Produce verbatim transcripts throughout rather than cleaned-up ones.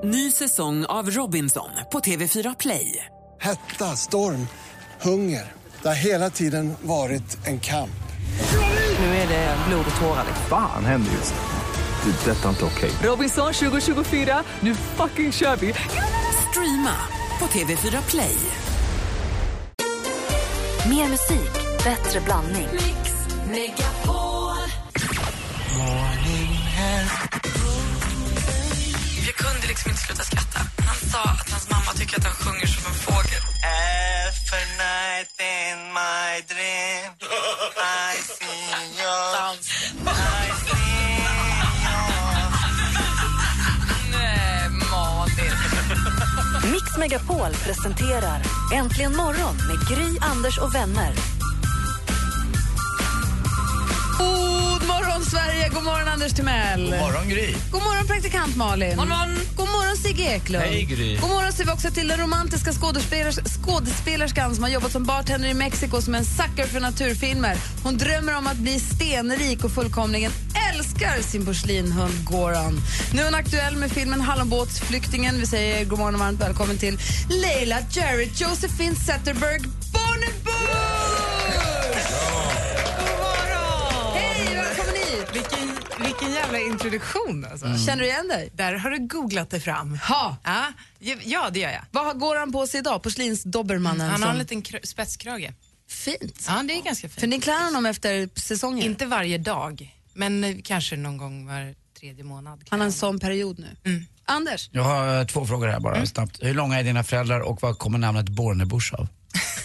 Ny säsong av Robinson på T V fyra Play. Hetta, storm, hunger. Det har hela tiden varit en kamp. Nu är det blod och tårar. Fan händer just det. Det är detta inte okej. Robinson tjugo tjugofyra, nu fucking kör vi. Streama på T V fyra Play. Mer musik, bättre blandning. Mix Megapol. Jag kunde liksom inte sluta skratta. Han sa att hans mamma tycker att han sjunger som en fågel. Every night in my dream I see you. I see you. Nej, Malin. Mix Megapol presenterar Äntligen morgon med Gry, Anders och vänner. God morgon Sverige, god morgon Anders Timell. God morgon Gry. God morgon praktikant Malin. God morgon. God morgon Sigge Eklund. Hej Gry. God morgon ser vi också till den romantiska skådespelers- skådespelerskan som har jobbat som bartender i Mexiko som en sucker för naturfilmer. Hon drömmer om att bli stenrik och fullkomligen älskar sin porslinhund Goran. Nu är hon aktuell med filmen Hallonbåtsflyktingen. Vi säger god morgon och varmt välkommen till Leila Jarrett, Josephine Zetterberg Bornebusch! Vilken, vilken jävla introduktion alltså. Mm. Känner du igen dig? Där har du googlat dig fram. Ha. Ja, ja, det gör jag. Vad har Goran på sig idag? Porslinsdobbermannen. Han som... har en liten kr- spetskrage. Fint. Ja, det är ganska fint. För ni klär honom efter säsongen. Inte varje dag, men eh, kanske någon gång var tredje månad. Han har en sån period nu. Mm. Anders? Jag har eh, två frågor här bara mm. snabbt. Hur långa är dina föräldrar och vad kommer namnet Bornebusch av?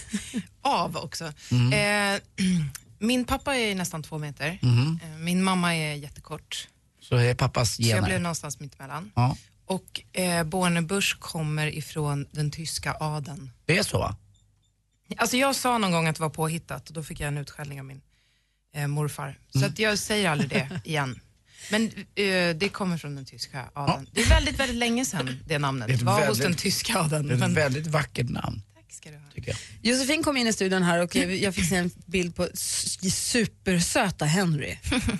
Av också. Mm. Eh, min pappa är nästan två meter. Mm. Eh, min mamma är jättekort. Så är pappas Så jag gener. blev någonstans mittemellan. Ja. Och eh, Bornebusch kommer ifrån den tyska adeln. Det är så va? Alltså jag sa någon gång att det var påhittat och då fick jag en utskällning av min eh, morfar. Så Mm. att jag säger aldrig det igen. Men eh, det kommer från den tyska adeln. Ja. Det är väldigt, väldigt länge sedan det namnet Det är ett var väldigt- hos den tyska adeln. Det är ett Men... väldigt vackert namn. Tack ska du ha. Tycker jag. Josefin kom in i studion här och jag fick se en bild på s- supersöta Henry.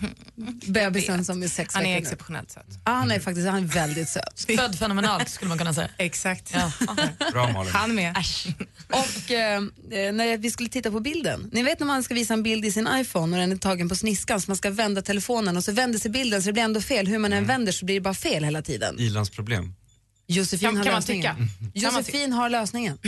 Bebisen som är sex Han är veckor nu. exceptionellt söt. Ja, han är faktiskt han är väldigt söt. Född fenomenalt skulle man kunna säga. Exakt. Ja. Bra Malin. Han med. Och eh, när vi skulle titta på bilden. Ni vet när man ska visa en bild i sin iPhone och den är tagen på sniskan så man ska vända telefonen och så vänder sig bilden så det blir ändå fel. Hur man än vänder så blir det bara fel hela tiden. Ilans problem. Josefin Kan- har kan man lösningen. tycka? Kan man Josefin har lösningen.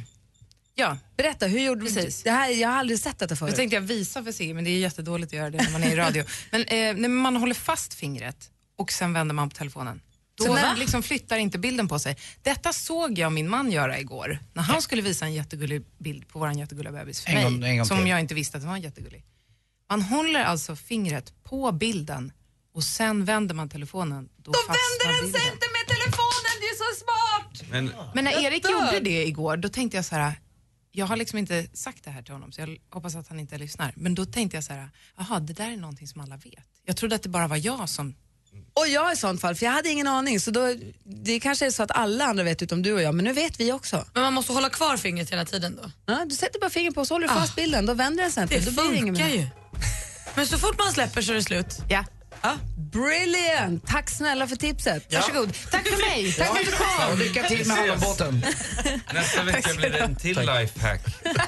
Ja, Berätta, hur gjorde du? Precis. Det här, jag har aldrig sett detta då förut. tänkte jag visa för sig, men det är jättedåligt att göra det när man är i radio. Men eh, när man håller fast fingret och sen vänder man på telefonen. Då Så när- liksom flyttar inte bilden på sig. Detta såg jag min man göra igår. När han skulle visa en jättegullig bild på våran jättegulliga bebis för En mig. gång- en gång som till. jag inte visste att den var jättegullig. Man håller alltså fingret på bilden och sen vänder man telefonen. Då, Då fastnar vänder den sig bilden. inte med telefonen, det är så smart! Men Men när Erik dör. gjorde det igår, då tänkte jag så här. Jag har liksom inte sagt det här till honom så jag hoppas att han inte lyssnar. Men då tänkte jag så här, jaha, det där är någonting som alla vet. Jag trodde att det bara var jag som... Och jag i sånt fall, för jag hade ingen aning. Så då, det kanske är så att alla andra vet utom du och jag, men nu vet vi också. Men man måste hålla kvar fingret hela tiden då. Ja, du sätter bara fingret på så håller du fast bilden, då vänder den sig inte. Det Då blir det ingen funkar mer. ju. Men så fort man släpper så är det slut. Ja, Ja, brilliant! Tack snälla för tipset. varsågod. Tack för mig. Tack för att du Ja, och kom. lycka till med hallonbåten. nästa vecka blir det en till lifehack.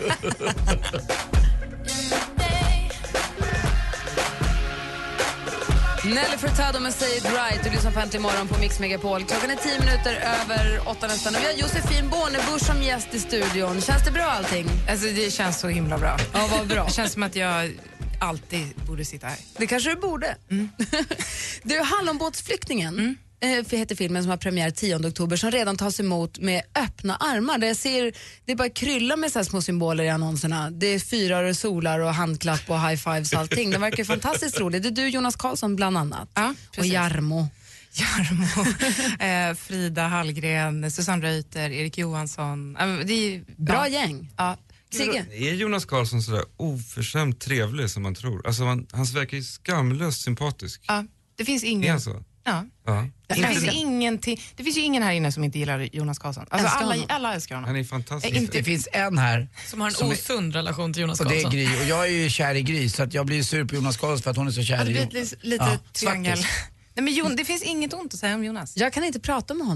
Nelly Furtado med Say It Right. Du lyssnar på Äntligen morgon på Mix Megapol. Klockan är tio minuter över åtta nästan. Och vi har Josefin Bornebusch som gäst i studion. Känns det bra allting? Alltså det känns så himla bra. Ja, vad bra. Det känns som att jag alltid borde sitta här. Det kanske du borde. Mm. Du, Hallonbåtsflyktingen. Mm. För heter filmen som har premiär tionde oktober som redan tas emot med öppna armar. Där jag ser, det är bara krylla med så här små symboler i annonserna. Det är fyrar och solar och handklapp och high fives och allting. Det verkar fantastiskt roligt. Det är du, Jonas Karlsson bland annat. Ja, och precis. Jarmo. Jarmo, eh, Frida Hallgren, Susanne Reuter, Erik Johansson. Eh, det är, Bra ja. gäng. Ja. Sigge? Är Jonas Karlsson sådär oförskämt trevlig som man tror? Alltså man, han verkar ju skamlöst sympatisk. Ja, det finns Är ingen... han så? Ja. Ja. Det finns, ingenting, det finns ju ingen här inne som inte gillar Jonas Karlsson. Alltså Älskar alla, honom. alla älskar honom. Han är fantastisk. Eh, inte- Det finns en här Som har en Som är- osund relation till Jonas och det är Karlsson. Gry. Och jag är ju kär i Gry så att jag blir sur på Jonas Karlsson för att hon är så Ja, kär det i blir Jonas. lite, lite Ja, triangel. svartis. Nej, men Jon, det finns inget ont att säga om Jonas. Jag kan inte prata med honom.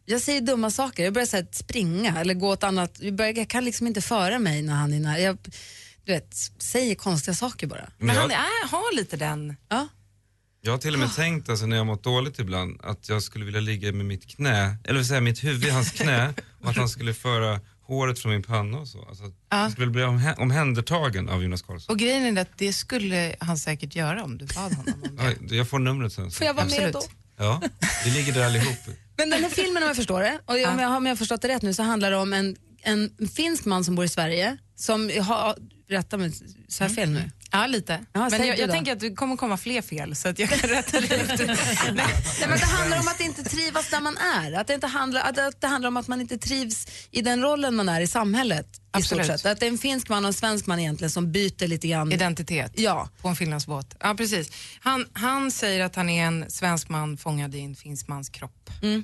jag säger dumma saker. Jag börjar så här, springa eller gå åt annat. Jag, börjar, jag kan liksom inte föra mig när han är nära. Jag, du vet, säger konstiga saker bara. Men, Men han är, har lite den... Ja. Jag har till och med tänkt, alltså, när jag mått dåligt ibland, att jag skulle vilja ligga med mitt knä, eller vill säga mitt huvud i hans knä, och att han skulle föra håret från min panna och så. Alltså, ja. Jag skulle bli omhä- omhändertagen av Jonas Karlsson. Och grejen är att det skulle han säkert göra om du bad honom om det. Ja, jag får numret sen. Får jag vara med då? Ja, vi ligger där allihop. Men den här filmen, om jag förstår det, och om jag, om jag har förstått det rätt nu, så handlar det om en, en finsk man som bor i Sverige, som har, rätta mig, så här fel nu. Ja, lite. Ja, men jag, jag tänker att det kommer komma fler fel, så att jag kan rätta det efter. Nej, men det handlar om att inte trivas där man är. Att det, inte handlar, att, att det handlar om att man inte trivs i den rollen man är i samhället. Absolut. I stort sett. Att det är en finsk man och en svensk man egentligen som byter lite grann. Identitet. Ja. På en finlandsbåt. Ja, precis. Han, han säger att han är en svensk man fångad i en finsk mans kropp. Mm.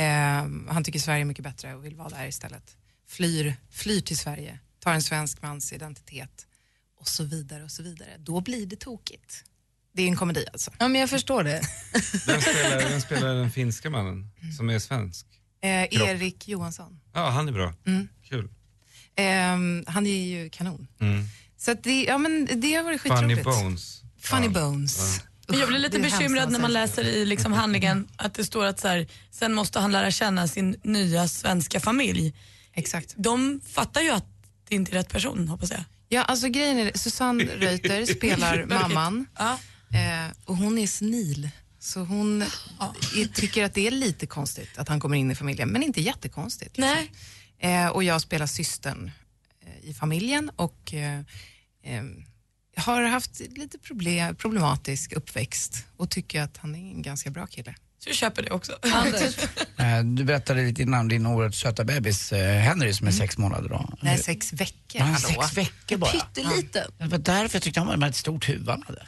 Eh, han tycker Sverige är mycket bättre och vill vara där istället. Flyr, flyr till Sverige. Tar en svensk mans identitet. Och så vidare och så vidare. Då blir det tokigt. Det är en komedi alltså. Ja, men jag förstår det. Vem spelar, vem spelar den finska mannen mm. som är svensk? Eh, Erik Johansson. Ja, han är bra. Mm. Kul. Eh, han är ju kanon. Mm. Så att det, ja, men det har varit skitroligt. Funny Bones. Funny ja. Bones. Ja. Jag blir lite bekymrad när man läser i liksom handlingen att det står att så här, sen måste han lära känna sin nya svenska familj. Exakt. De fattar ju att det inte är rätt person, hoppas jag. Ja, alltså grejen är, Susanne Reuter spelar mamman ja. eh, och hon är snil. Så hon ja. tycker att det är lite konstigt att han kommer in i familjen, men inte jättekonstigt. Liksom. Nej. Eh, och jag spelar systern eh, i familjen och eh, eh, har haft lite problem, problematisk uppväxt och tycker att han är en ganska bra kille. Så jag köper det också. Anders. Du berättade lite innan din oerhört söta bebis Henry som är sex månader då. Nej, sex veckor. Ja, sex veckor bara. Pytteliten. Ja. Det var därför jag tyckte han var ett stort huvud han hade.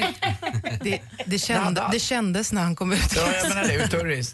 det, det, kände, det kändes när han kom ut. Ja, jag menar det, är ju turist.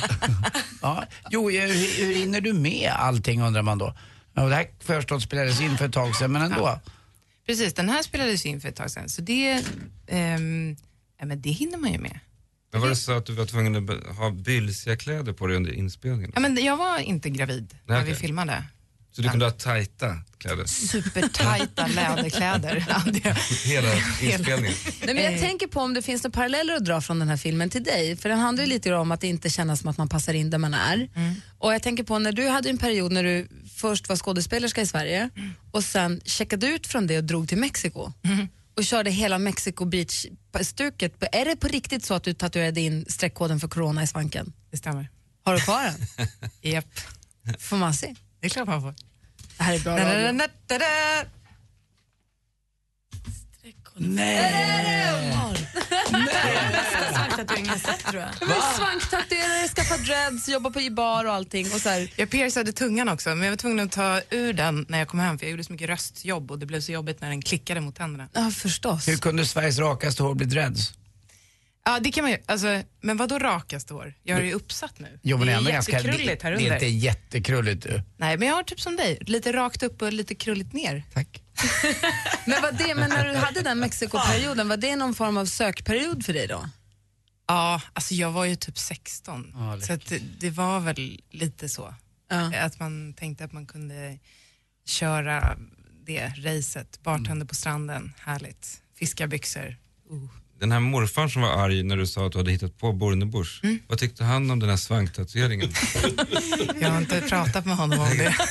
Ja. Jo, hur, hur hinner du med allting undrar man då? Ja, det här förstås spelades in för ett tag sedan, men ändå. Ja. Precis, den här spelades in för ett tag sedan. Så det, um, ja, men det hinner man ju med. Men var det så att du var tvungen att ha bylsiga kläder på dig under inspelningen? Ja, men jag var inte gravid Nej, när okay. vi filmade. Så du kunde ha tajta kläder? Supertajta läderkläder. Hela inspelningen. Nej, men jag tänker på om det finns några paralleller att dra från den här filmen till dig. För den handlar ju lite om att inte känna som att man passar in där man är. Mm. Och jag tänker på när du hade en period när du först var skådespelerska i Sverige mm. och sen checkade ut från det och drog till Mexiko. Mm. Och körde hela Mexico Beach-stuket. Är det på riktigt så att du tatuerade in streckkoden för corona i svanken? Det stämmer. Har du kvar den? Japp. Får man se? Det är klart man får. Det här är bra radio. Da, da, da, da. Nej! Svanktatuerare, skaffa dreads, jobba på i bar och allting. Och så här. Jag piercade tungan också, men jag var tvungen att ta ur den när jag kom hem för jag gjorde så mycket röstjobb och det blev så jobbigt när den klickade mot tänderna. Ja, förstås. Hur kunde Sveriges rakaste hår bli dreads? Ja, det kan man ju. Alltså, men vad då rakaste hår? Jag har ju uppsatt nu. Jo, men det är ändå ganska jättekrulligt här under. Det är inte jättekrulligt du. Nej, men jag har typ som dig. Lite rakt upp och lite krulligt ner. Tack. men, vad det, men när du hade den Mexiko-perioden, var det någon form av sökperiod för dig då? Ja, alltså jag var ju typ sexton. Ja, så att det, det var väl lite så. Ja. Att man tänkte att man kunde köra det racet. Bartender mm. på stranden, härligt. Fiskarbyxor. Uh. Den här morfaren som var arg när du sa att du hade hittat på Bornebusch. Mm. Vad tyckte han om den här svanktatueringen? Jag har inte pratat med honom om det.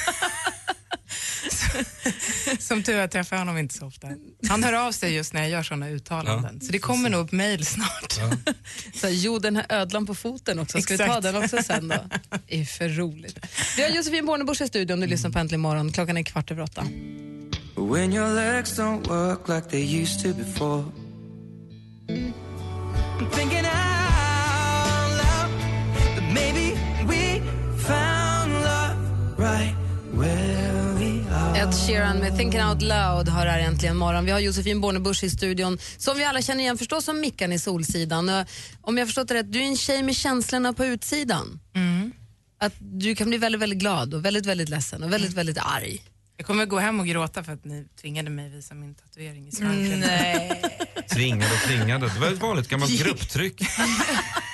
Som tur jag träffar honom inte så ofta. Han hör av sig just när jag gör såna uttalanden. Ja. Så det kommer nog upp mejl snart. Ja. Så jo, den här ödlan på foten också. Ska Exakt. vi ta den också sen då? Det är för roligt. Vi har Josefin Bornebusch i studion. Du lyssnar på Äntligen morgon. Klockan är kvart över åtta. When your legs don't work like they used to before, I'm thinking out loud that maybe we found love right where we are. Ed Sheeran med Thinking Out Loud har här Äntligen morgon. Vi har Josefin Bornebusch i studion som vi alla känner igen förstås som Mickan i Solsidan. Om jag förstått det rätt, du är en tjej med känslorna på utsidan. Mm. Att du kan bli väldigt, väldigt glad och väldigt, väldigt ledsen och väldigt, väldigt arg. Jag kommer gå hem och gråta för att ni tvingade mig visa min tatuering i svanken. Nej. Tvingade och tvingade. Det var ett vanligt gammalt grupptryck.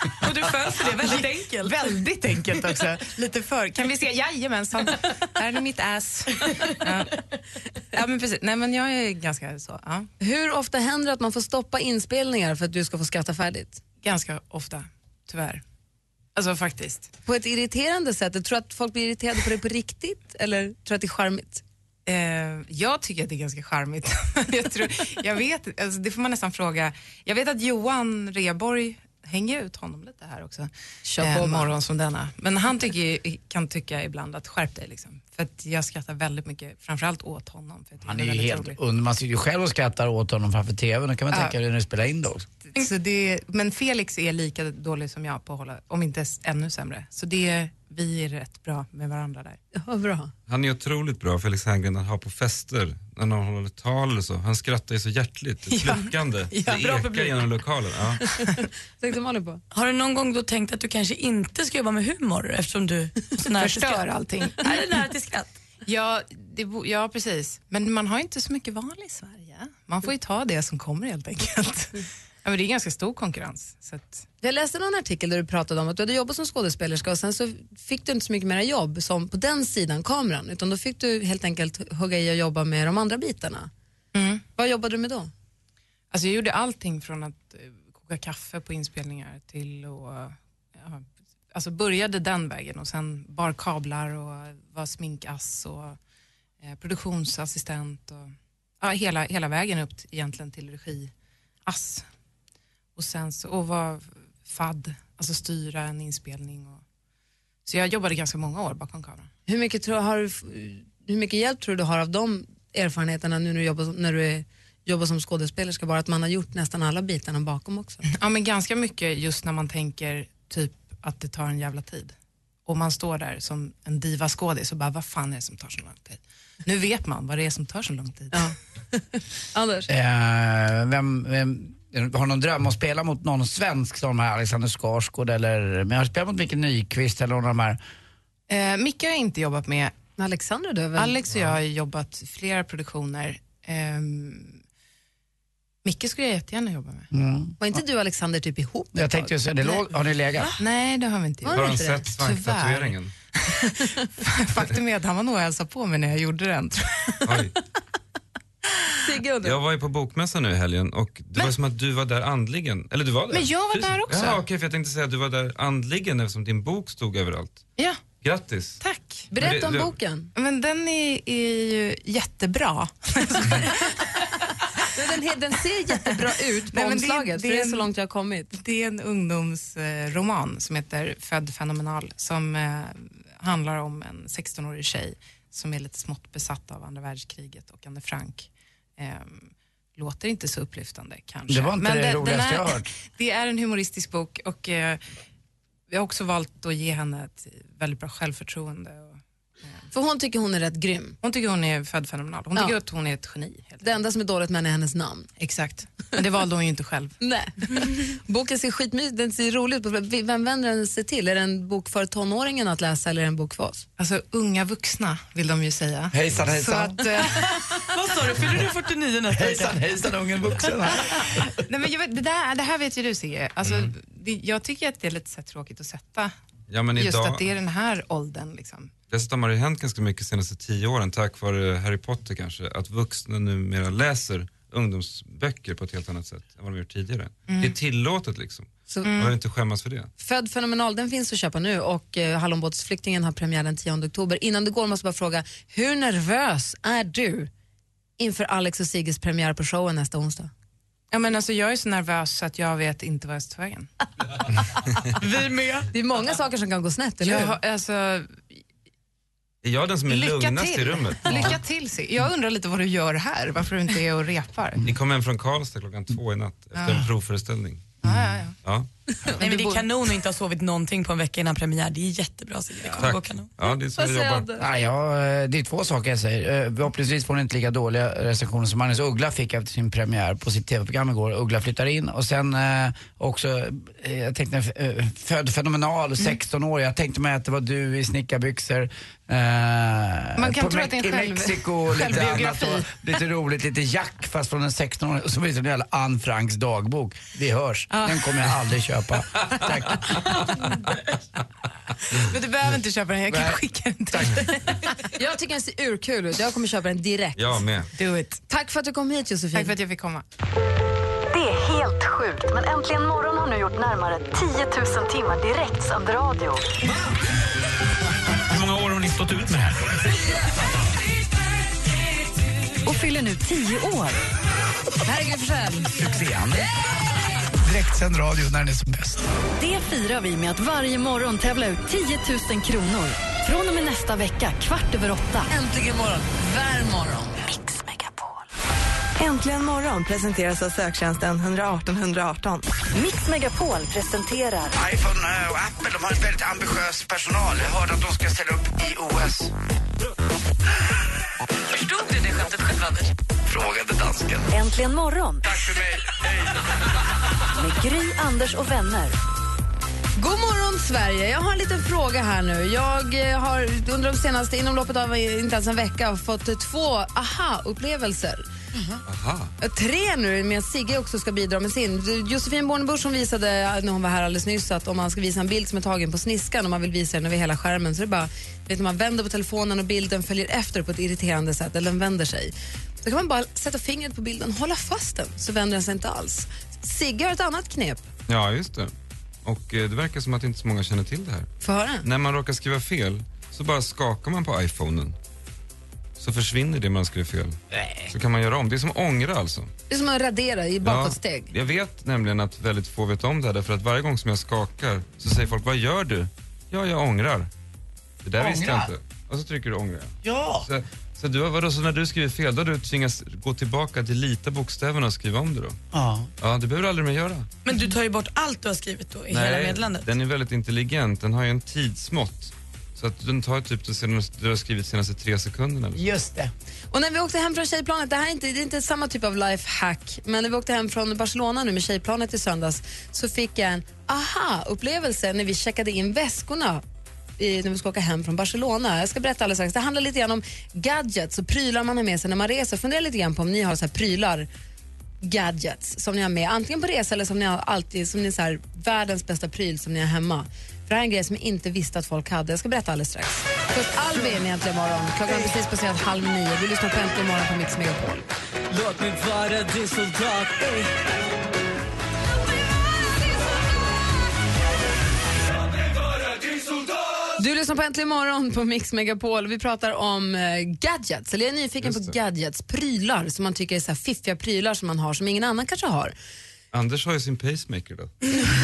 Och du föll för det, väldigt enkelt. Väldigt enkelt också. Lite för. Kan vi se? Jajamensan. Här är mitt ass. Ja. Ja, men precis. Nej, men jag är ganska så. Ja. Hur ofta händer det att man får stoppa inspelningar för att du ska få skratta färdigt? Ganska ofta, tyvärr. Alltså faktiskt. På ett irriterande sätt. Tror du att folk blir irriterade på det på riktigt? Eller tror du att det är charmigt? Eh, jag tycker att det är ganska charmigt. jag, tror, jag vet, alltså det får man nästan fråga. Jag vet att Johan Rheborg hänger ut honom lite här också. Kör på eh, morgon som denna. Men han tycker, kan tycka ibland att skärp dig liksom. För att jag skrattar väldigt mycket, framförallt åt honom. För han är ju helt under, man sitter ju själv och skrattar åt honom framför tvn. Då kan man ja. tänka när du spelar in det också. Så det, men Felix är lika dålig som jag på att hålla, om inte ännu sämre. Så det, vi är rätt bra med varandra där. Ja, bra. Han är otroligt bra, Felix Herngren, att ha på fester när någon håller tal eller så. Han skrattar ju så hjärtligt, det kluckande. Ja, ja, det ekar genom lokalen. Ja. Tänkte man på. Har du någon gång då tänkt att du kanske inte ska jobba med humor eftersom du förstör allting? Är det nära till skratt? Ja, det, ja, precis. Men man har ju inte så mycket val i Sverige. Man får ju ta det som kommer helt enkelt. Ja, men det är ganska stor konkurrens. Så att... Jag läste någon artikel där du pratade om att du hade jobbat som skådespelerska och sen så fick du inte så mycket mer jobb som på den sidan kameran, utan då fick du helt enkelt hugga i och jobba med de andra bitarna. Mm. Vad jobbade du med då? Alltså jag gjorde allting från att koka kaffe på inspelningar till och ja, alltså började den vägen och sen bar kablar och var sminkass och eh, produktionsassistent och ja, hela, hela vägen upp t- egentligen till regiass. Och sen så, och var fadd, alltså styra en inspelning. Och, så jag jobbade ganska många år bakom kameran. Hur mycket, tror, har, hur mycket hjälp tror du du har av de erfarenheterna nu när du jobbar, när du är, jobbar som skådespelerska, bara att man har gjort nästan alla bitarna bakom också? Ja, men ganska mycket just när man tänker typ att det tar en jävla tid. Och man står där som en diva skådis och bara, vad fan är det som tar så lång tid? Nu vet man vad det är som tar så lång tid. Ja. Anders? Eh, vem... vem har någon dröm att spela mot någon svensk som här Alexander Skarsgård eller men har spelat mot Micke Nyqvist eller någon av de här? Eh, Micke har jag inte jobbat med. Alexander du väl? Alex och jag har jobbat i flera produktioner. Eh, Micke skulle jag jättegärna jobba med. Mm. Var inte du och Alexander typ ihop? Jag tänkte ju säga, det låg, har ni legat? Va? Nej, det har vi inte gjort. Har han sett svanktatueringen? Faktum är att han var nog hälsa på mig när jag gjorde den. Oj. Jag var ju på bokmässan nu i helgen och det men, var som att du var där andligen. Eller du var där. Men jag var Fys- där också. Ja, okej, okay, för jag tänkte säga att du var där andligen eftersom din bok stod överallt. Ja. Grattis. Tack. Berätta det, om det, boken. Men den är, är ju jättebra. den, den ser jättebra ut på Nej, omslaget, det, det, för det är så långt jag har kommit. Det är en ungdomsroman som heter Född fenomenal som eh, handlar om en sexton-årig tjej som är lite smått besatt av andra världskriget och Anne Frank. Um, låter inte så upplyftande kanske. Det var inte men det, det roligaste är, jag hört. Det är en humoristisk bok och uh, vi har också valt att ge henne ett väldigt bra självförtroende. Och, uh, För hon tycker hon är rätt grym. Hon tycker hon är född fenomenal. Hon ja. tycker att hon är ett geni. Det enda som är dåligt med henne är hennes namn. Exakt. Men det valde hon ju inte själv. Nej. Boken ser skitmysig, den ser rolig ut. Vem vänder den sig till? Är det en bok för tonåringen att läsa eller är det en bok för oss? Alltså unga vuxna vill de ju säga. Hejsan, hejsan. Så att, uh... Vad sa du? Fyller du fyrtionio nästa vecka? Hejsan, hejsan, ungen vuxen. Nej, men jag vet, det, där, det här vet ju du, Sigge. Alltså, mm. det, jag tycker att det är lite så tråkigt att sätta ja, men just idag... att det är den här åldern liksom. Dessutom har det hänt ganska mycket de senaste tio åren tack vare Harry Potter kanske, att vuxna numera läser ungdomsböcker på ett helt annat sätt än vad de gjort tidigare. Mm. Det är tillåtet liksom. Så, mm. Man vill inte skämmas för det. Född fenomenal, den finns att köpa nu och eh, Hallonbåtsflyktingen har premiär den tionde oktober. Innan du går måste jag bara fråga, hur nervös är du inför Alex och Sigges premiär på showen nästa onsdag? Ja, men alltså, jag är så nervös så att jag vet inte vad jag ska ta vägen. Vi med. Det är många saker som kan gå snett, eller hur? Jag, alltså, är jag den som är lycka lugnast till. i rummet? Lycka till, Sig. Jag undrar lite vad du gör här, varför du inte är och repar. Ni kom hem från Karlstad klockan två i natt efter ja. en provföreställning. Ja, ja, ja. ja. Nej, men det är kanon att inte ha sovit någonting på en vecka innan premiär. Det är jättebra, så det kommer gå kanon. Ja, det är så jag jobbar. Nej, ja, det är två saker jag säger. Förhoppningsvis får ni inte lika dåliga recensioner som Magnus Uggla fick efter sin premiär på sitt tv-program igår. Uggla flyttar in och sen eh, också, eh, jag tänkte eh, född fenomenal, sexton år. Jag tänkte mig att det var du i snickarbyxor. Eh, Man kan på tro att det är en i själv, Mexiko, lite annat och lite roligt, lite Jack fast från en sexton år. Och så blir det en jävla Anne Franks dagbok. Vi hörs. Ja. Den kommer jag aldrig köpa. köpa. Tack. Men du behöver inte köpa den, jag kan Nej. skicka den till dig. Jag tycker den ser urkul ut. Jag kommer köpa den direkt. Jag med. Do it. Tack för att du kom hit, Josefin. Tack för att jag fick komma. Det är helt sjukt, men Äntligen morgon har nu gjort närmare tio tusen timmar direktsänd radio. Hur många år har ni stått ut med det här? Och fyller nu tio år. Herregud för själv. Succén. Direktsänd radio när den är som bäst. Det firar vi med att varje morgon tävla ut tio tusen kronor. Från och med nästa vecka, kvart över åtta. Äntligen morgon. Varm morgon. Mix Megapol. Äntligen morgon presenteras av söktjänsten ett ett åtta ett ett åtta. Mix Megapol presenterar iPhone och Apple, de har en väldigt ambitiös personal. Jag hörde att de ska ställa upp i O S. Förstod du det skämtet själv, Anders? Frågade dansken. Äntligen morgon Tack för mig. Hej. med Gry, Anders och vänner. God morgon, Sverige. Jag har en liten fråga här nu. Jag eh, har under de senaste, inom loppet av inte ens en vecka, fått två aha-upplevelser. Aha. Tre nu, med att Sigge också ska bidra med sin. Josefin Bornebusch, som visade när hon var här alldeles nyss att om man ska visa en bild som är tagen på sniskan och man vill visa den över hela skärmen, så är det bara, vet, man vänder på telefonen och bilden följer efter på ett irriterande sätt, eller den vänder sig. Då kan man bara sätta fingret på bilden, hålla fast den, så vänder den sig inte alls. Sigge har ett annat knep. Ja, just det. Och eh, det verkar som att inte så många känner till det här. Få höra. När man råkar skriva fel så bara skakar man på iPhonen. Så försvinner det man skriver fel. Nej. Så kan man göra om. Det är som ångra alltså. Det är som att radera i bakåtsteg. Ja, jag vet nämligen att väldigt få vet om det här, därför att varje gång som jag skakar så säger folk, vad gör du? Ja, jag ångrar. Det där Ångrar? visste jag inte. Och så trycker du ångra. Ja. Så, så, du, vadå, så när du skriver fel, då har du tvingats gå tillbaka till lita bokstäverna och skriva om det då? Ja. Ja, det behöver du aldrig mer göra. Men du tar ju bort allt du har skrivit då i hela meddelandet. Den är väldigt intelligent. Den har ju en tidsmått. Så att den tar typ det senaste, du har skrivit senaste tre sekunderna. Eller så. Just det. Och när vi åkte hem från tjejplanet, det här är inte, det är inte samma typ av lifehack, men när vi åkte hem från Barcelona nu med tjejplanet i söndags, så fick jag en aha-upplevelse när vi checkade in väskorna i, när vi ska åka hem från Barcelona. Jag ska berätta alldeles strax. Det handlar lite grann om gadgets och prylar man har med sig när man reser. Fundera lite grann på om ni har så här prylar, gadgets som ni har med antingen på resa eller som ni har alltid, som ni är så här, världens bästa pryl som ni har hemma. För det här är en grej som jag inte visste att folk hade. Jag ska berätta alldeles strax. Först Albin Äntligen morgon. Klockan är precis passerat halv nio. Vi lyssnar på Äntligen morgon på Mix Megapol. Låt mig vara din soldat. Du lyssnar på Äntligen morgon på Mix Megapol. Vi pratar om eh, gadgets. Eller jag är nyfiken på gadgets, prylar som man tycker är så här fiffiga prylar som man har som ingen annan kanske har. Anders har ju sin pacemaker då.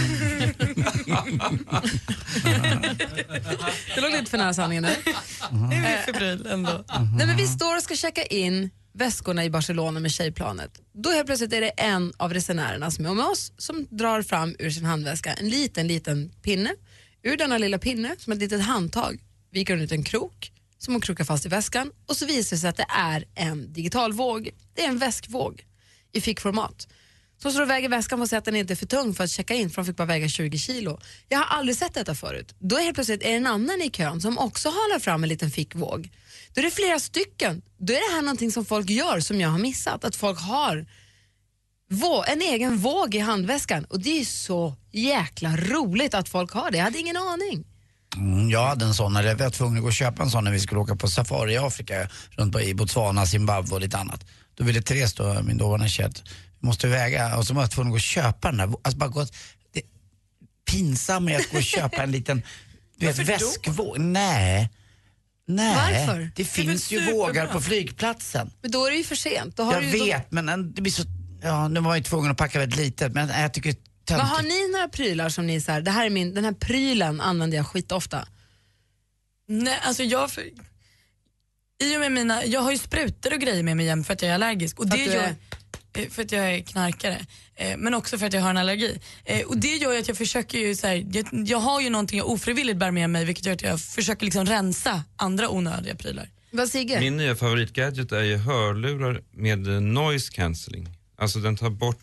Det låg lite för nära sanningen nu. Det är för pryl ändå. Nej, men vi står och ska checka in väskorna i Barcelona med tjejplanet. Då helt plötsligt är det en av resenärerna som är med oss som drar fram ur sin handväska en liten, liten pinne. Ur denna lilla pinne, som ett litet handtag, viker hon ut en krok som hon krokar fast i väskan, och så visar det sig att det är en digitalvåg. Det är en väskvåg i fickformat. Så står och väger väskan och säger att den inte är för tung för att checka in, för de fick bara väga tjugo kilo. Jag har aldrig sett detta förut. Då är helt plötsligt är det en annan i kön som också halar fram en liten fickvåg. Då är det flera stycken. Då är det här någonting som folk gör som jag har missat. Att folk har vå- en egen våg i handväskan. Och det är så jäkla roligt att folk har det. Jag hade ingen aning. Mm, jag hade en sån, eller jag var tvungen att gå och köpa en sån när vi skulle åka på safari i Afrika, runt på i Botswana, Zimbabwe och lite annat. Då ville Therese då, min dåvarande tjej, måste väga, och så var jag tvungen att gå och köpa den där. Alltså bara gått, det, pinsam med att gå och köpa en liten, du vet, väskvåg. Nej. Nej. Varför? Det, Det finns ju vågar på flygplatsen. Men då är det ju för sent. Då har jag du ju vet, då... men det blir så, ja, nu var jag tvungen att packa väldigt litet, men jag tycker Vad har ni några prylar som ni så här, det här är min, den här prylen använder jag skitofta? Nej, alltså jag... För, i och med mina, jag har ju sprutor och grejer med mig jämt för att jag är allergisk. Och För det att du gör, är- eh, för att jag är knarkare. Eh, men också för att jag har en allergi. Eh, och det gör ju att jag försöker ju så här, jag, jag har ju någonting jag ofrivilligt bär med mig, vilket gör att jag försöker liksom rensa andra onödiga prylar. Vad Sigge? Min nya favoritgadget är ju hörlurar med noise cancelling. Alltså den tar bort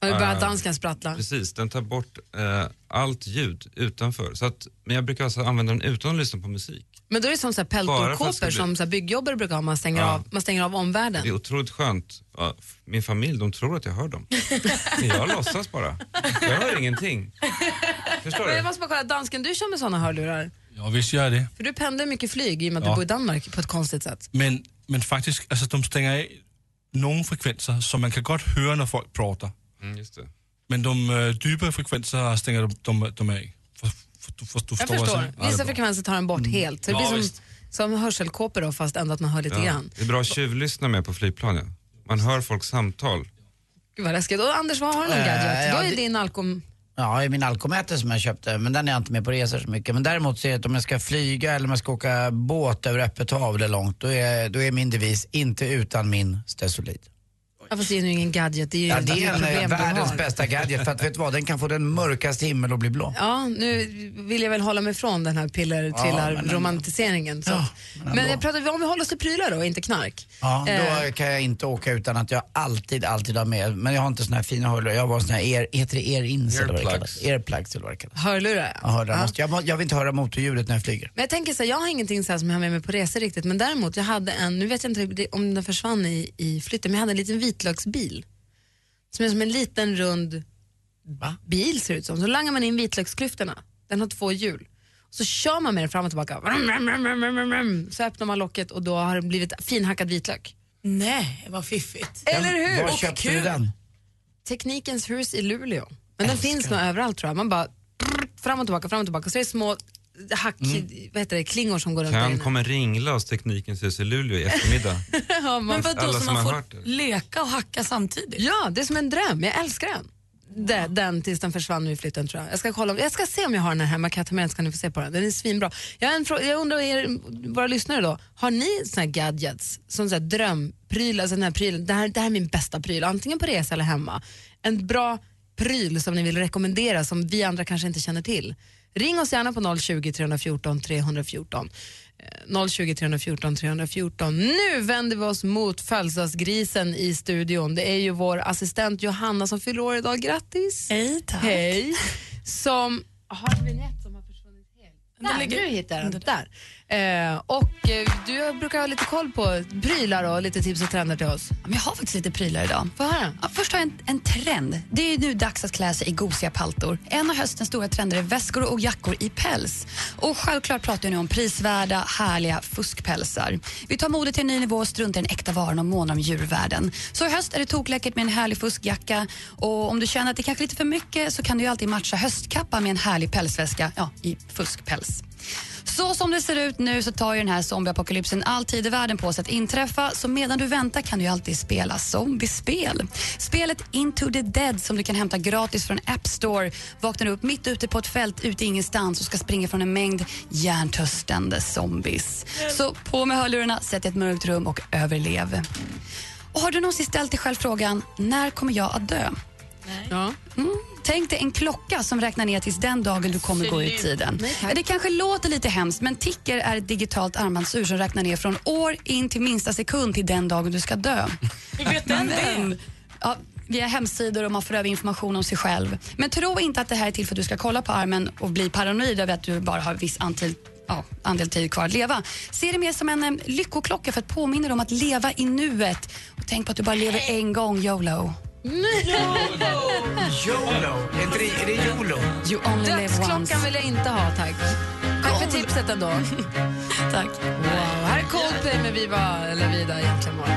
Och det bara uh, dansken sprattla. Precis, den tar bort uh, allt ljud utanför. Så att, men jag brukar alltså använda den utan att lyssna på musik. Men då är det som så här peltorkåpor bli... som så här byggjobbare brukar ha. Man stänger, ja. av, man stänger av omvärlden. Det är otroligt skönt. Ja, min familj, de tror att jag hör dem. Men jag låtsas bara. Jag hör ingenting. Förstår Men jag du? måste bara kolla, dansken, du kör med såna hörlurar. Ja, visst gör det. För du pendlar mycket flyg i och med att ja. du bor i Danmark på ett konstigt sätt. Men, men faktiskt, alltså, de stänger av några frekvenser som man kan gott höra när folk pratar. Mm, just det. Men de uh, djupa frekvenser stänger de, de, de av. För, för, för, för, du jag förstår. förstår. Vissa frekvenser tar den bort mm. helt. Så det ja, blir som, som hörselkåpor då, fast ändå att man hör lite ja. grann. Det är bra att tjuvlyssna med på flygplanen. Man hör folks samtal. Gud vad läskigt. Och Anders, vad har du någon Äh, gadget? ja, Då är det... din alkom... Ja, i min alkomätare som jag köpte, men den är jag inte med på resor så mycket. Men däremot så är det att om jag ska flyga eller om jag ska åka båt över öppet hav eller långt, då är, då är min devis inte utan min Stesolid. Ja, fast det är ju ingen gadget, det är ju ja, det är en problem världens bästa gadget, för att vet du vad, den kan få den mörkaste himmel och bli blå. Ja, nu vill jag väl hålla mig från den här piller-trillar-romantiseringen. Ja, men men jag pratar, om vi håller oss till prylar då, inte knark. Ja, då eh. kan jag inte åka utan att jag alltid, alltid har med, men jag har inte såna här fina hörlurar, jag har bara såna här, ear, heter det ear-ins eller vad det kallas? Earplugs eller vad det kallas. Hörlurar, ja. Hörlurar, ja. måste, jag, jag vill inte höra motorljudet när jag flyger. Men jag tänker så här, jag har ingenting så här som jag har med mig på resor riktigt, men däremot, jag hade en, nu vet jag inte om den försvann i, i flytten, men jag hade en liten vitlöksbil. Som är som en liten rund Va? bil ser ut som. Så langar man in vitlöksklyftorna. Den har två hjul. Så kör man med den fram och tillbaka. Så öppnar man locket och då har det blivit finhackad vitlök. Nej, vad fiffigt. Eller hur? Var köpte du den? Teknikens hus i Luleå. Men den finns nog överallt tror jag. Man bara fram och tillbaka, fram och tillbaka. Så är det små hack, mm. vad heter det, klingor som går runt Kan kommer ringla hos Teknikens hus i Luleå i eftermiddag. Ja, men vadå, så man får leka och hacka samtidigt? Ja, det är som en dröm. Jag älskar den. Det, den tills den försvann i flytten tror jag. Jag ska, kolla, jag ska se om jag har den här hemma. Kan jag ta med den så kan ni få se på den. Den är svinbra. Jag, har en frå- jag undrar er, våra lyssnare då. Har ni såna här gadgets? Som så här drömpryl, alltså den här prylen. Det här, det här är min bästa pryl. Antingen på resa eller hemma. En bra pryl som ni vill rekommendera som vi andra kanske inte känner till. Ring oss gärna på noll tjugo, tre fjorton, tre fjorton. noll tjugo, tre fjorton, tre fjorton. Nu vänder vi oss mot födelsedagsgrisen i studion. Det är ju vår assistent Johanna som fyller år idag. Grattis! Hej, tack. Hej. Som har en vignett som har försvunnit helt. Där, du hittar den. Där. Eh, och eh, du brukar ha lite koll på prylar och lite tips och trender till oss. Men jag har faktiskt lite prylar idag. Få höra. Ja, först har jag en, en trend. Det är ju nu dags att klä sig i gosiga paltor. En av höstens stora trender är väskor och jackor i päls. Och självklart pratar jag nu om prisvärda, härliga fuskpälsar. Vi tar modet till en ny nivå och struntar i den äkta varan och månar om djurvärlden. Så i höst är det tokläckert med en härlig fuskjacka. Och om du känner att det kanske är lite för mycket så kan du ju alltid matcha höstkappa med en härlig pälsväska, ja, i fuskpäls. Så som det ser ut nu så tar ju den här zombieapokalypsen all tid i världen på sig att inträffa. Så medan du väntar kan du ju alltid spela zombiespel. Spelet Into the Dead som du kan hämta gratis från App Store vaknar upp mitt ute på ett fält ute ingenstans och ska springa från en mängd hjärntörstande zombies. Så på med hörlurarna, sätt i ett mörkt rum och överlev. Och har du någonsin ställt dig själv frågan, när kommer jag att dö? Nej. Ja. Mm. Tänk dig en klocka som räknar ner tills den dagen du kommer gå i tiden. Nej, det kanske låter lite hemskt, men ticker är ett digitalt armbandsur som räknar ner från år in till minsta sekund till den dagen du ska dö. Hur vet den det? Ja, via hemsidor och man får över information om sig själv. Men tro inte att det här är till för att du ska kolla på armen och bli paranoid över att du bara har viss antal Ja, andel tid kvar att leva. Se det mer som en um, lyckoklocka för att påminna dig om att leva i nuet. Och tänk på att du bara lever en gång, YOLO. YOLO? Är det, är det YOLO? You only live once. Dödsklockan vill jag inte ha, tack. Tack för tipset ändå. Tack. Wow, här är Coldplay med Viva, eller Vida egentligen morgon.